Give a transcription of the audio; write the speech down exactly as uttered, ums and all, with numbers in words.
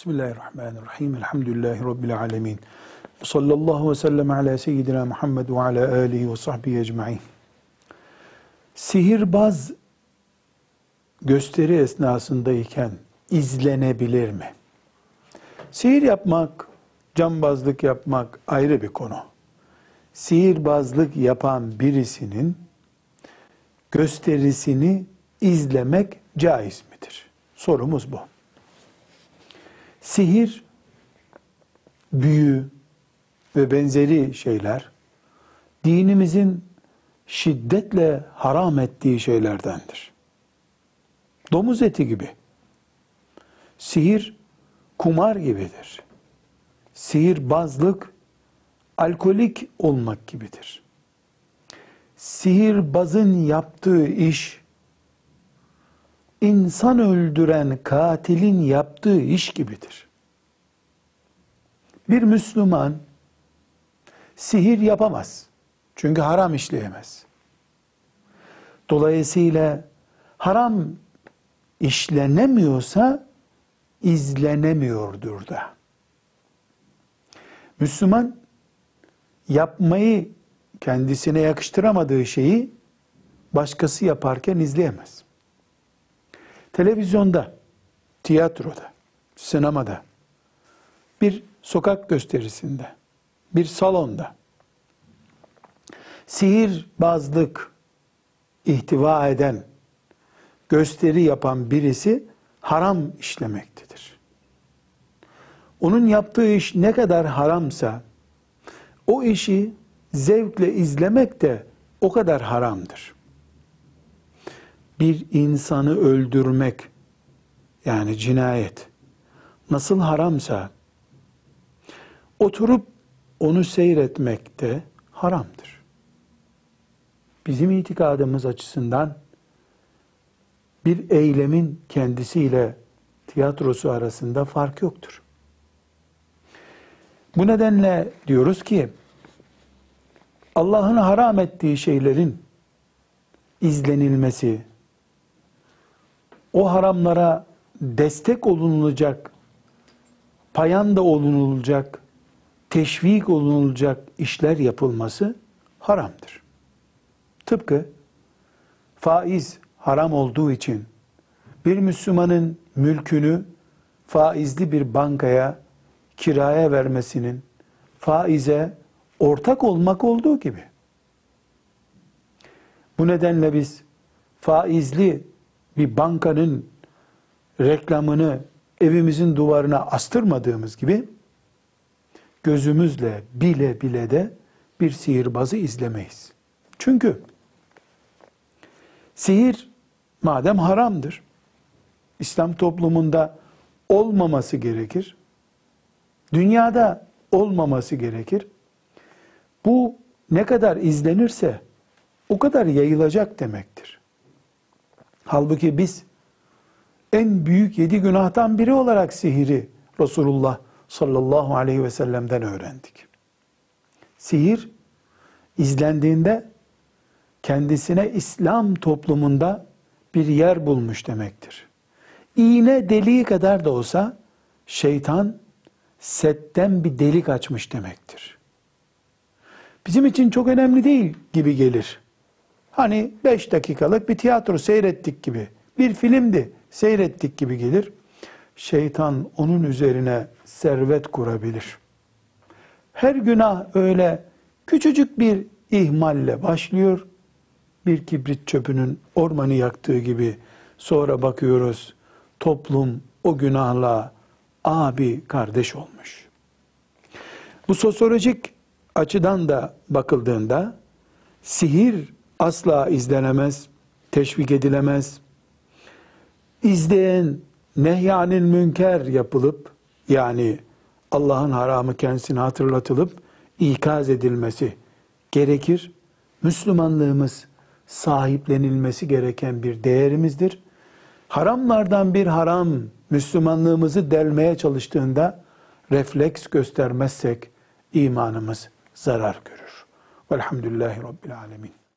Bismillahirrahmanirrahim. Elhamdülillahi Rabbil alemin. Sallallahu ve sellem ala seyyidina Muhammed ve ala alihi ve sahbihi ecma'in. Sihirbaz gösteri esnasındayken izlenebilir mi? Sihir yapmak, cambazlık yapmak ayrı bir konu. Sihirbazlık yapan birisinin gösterisini izlemek caiz midir? Sorumuz bu. Sihir, büyü ve benzeri şeyler dinimizin şiddetle haram ettiği şeylerdendir. Domuz eti gibi. Sihir kumar gibidir. Sihirbazlık alkolik olmak gibidir. Sihirbazın yaptığı iş insan öldüren katilin yaptığı iş gibidir. Bir Müslüman sihir yapamaz. Çünkü haram işleyemez. Dolayısıyla haram işlenemiyorsa izlenemiyordur da. Müslüman yapmayı kendisine yakıştıramadığı şeyi başkası yaparken izleyemez. Televizyonda, tiyatroda, sinemada, bir sokak gösterisinde, bir salonda sihirbazlık ihtiva eden, gösteri yapan birisi haram işlemektedir. Onun yaptığı iş ne kadar haramsa, o işi zevkle izlemek de o kadar haramdır. Bir insanı öldürmek, yani cinayet, nasıl haramsa, oturup onu seyretmek de haramdır. Bizim itikadımız açısından bir eylemin kendisiyle tiyatrosu arasında fark yoktur. Bu nedenle diyoruz ki, Allah'ın haram ettiği şeylerin izlenilmesi, o haramlara destek olunulacak, payanda olunulacak, teşvik olunulacak işler yapılması haramdır. Tıpkı faiz haram olduğu için bir Müslümanın mülkünü faizli bir bankaya kiraya vermesinin faize ortak olmak olduğu gibi. Bu nedenle biz faizli bir bankanın reklamını evimizin duvarına astırmadığımız gibi gözümüzle bile bile de bir sihirbazı izlemeyiz. Çünkü sihir madem haramdır, İslam toplumunda olmaması gerekir, dünyada olmaması gerekir. Bu ne kadar izlenirse o kadar yayılacak demektir. Halbuki biz en büyük yedi günahtan biri olarak sihiri Resulullah sallallahu aleyhi ve sellem'den öğrendik. Sihir izlendiğinde kendisine İslam toplumunda bir yer bulmuş demektir. İğne deliği kadar da olsa şeytan setten bir delik açmış demektir. Bizim için çok önemli değil gibi gelir. Hani beş dakikalık bir tiyatro seyrettik gibi, bir filmdi seyrettik gibi gelir. Şeytan onun üzerine servet kurabilir. Her günah öyle küçücük bir ihmalle başlıyor. Bir kibrit çöpünün ormanı yaktığı gibi sonra bakıyoruz toplum o günahla abi kardeş olmuş. Bu sosyolojik açıdan da bakıldığında sihir asla izlenemez, teşvik edilemez. İzleyen nehyanil münker yapılıp, yani Allah'ın haramı kendisine hatırlatılıp ikaz edilmesi gerekir. Müslümanlığımız sahiplenilmesi gereken bir değerimizdir. Haramlardan bir haram Müslümanlığımızı delmeye çalıştığında refleks göstermezsek imanımız zarar görür. Velhamdülillahi Rabbil alemin.